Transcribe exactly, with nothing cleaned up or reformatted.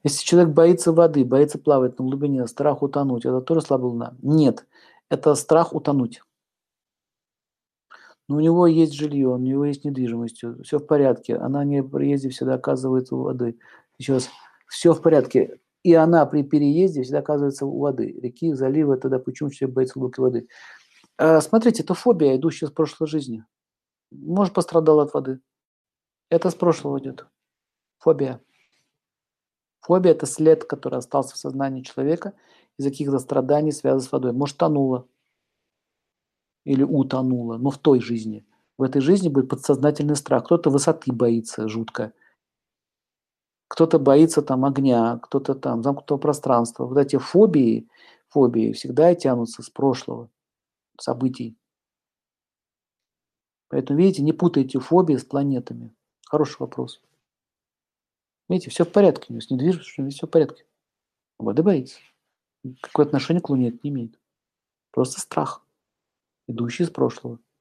Если человек боится воды, боится плавать на глубине, страх утонуть, это тоже слабая луна? Нет, это страх утонуть. Но у него есть жилье, у него есть недвижимость, все в порядке. Она не при приезде всегда оказывается у воды. Еще раз, все в порядке. И она при переезде всегда оказывается у воды. Реки, залива, тогда почему человек боится глубокой воды? А, смотрите, это фобия, идущая с прошлой жизни. Может, пострадал от воды. Это с прошлого идет. Фобия. Фобия – это след, который остался в сознании человека из-за каких-то страданий, связанных с водой. Может, тонула или утонула, но в той жизни. В этой жизни будет подсознательный страх. Кто-то высоты боится жутко, кто-то боится там огня, кто-то там замкнутого пространства. Вот эти фобии, фобии всегда тянутся с прошлого событий. Поэтому, видите, не путайте фобии с планетами. Хороший вопрос. Видите, все в порядке у него, с недвижимостью все в порядке. Воды боится. Какое отношение к Луне это не имеет. Просто страх, идущий из прошлого.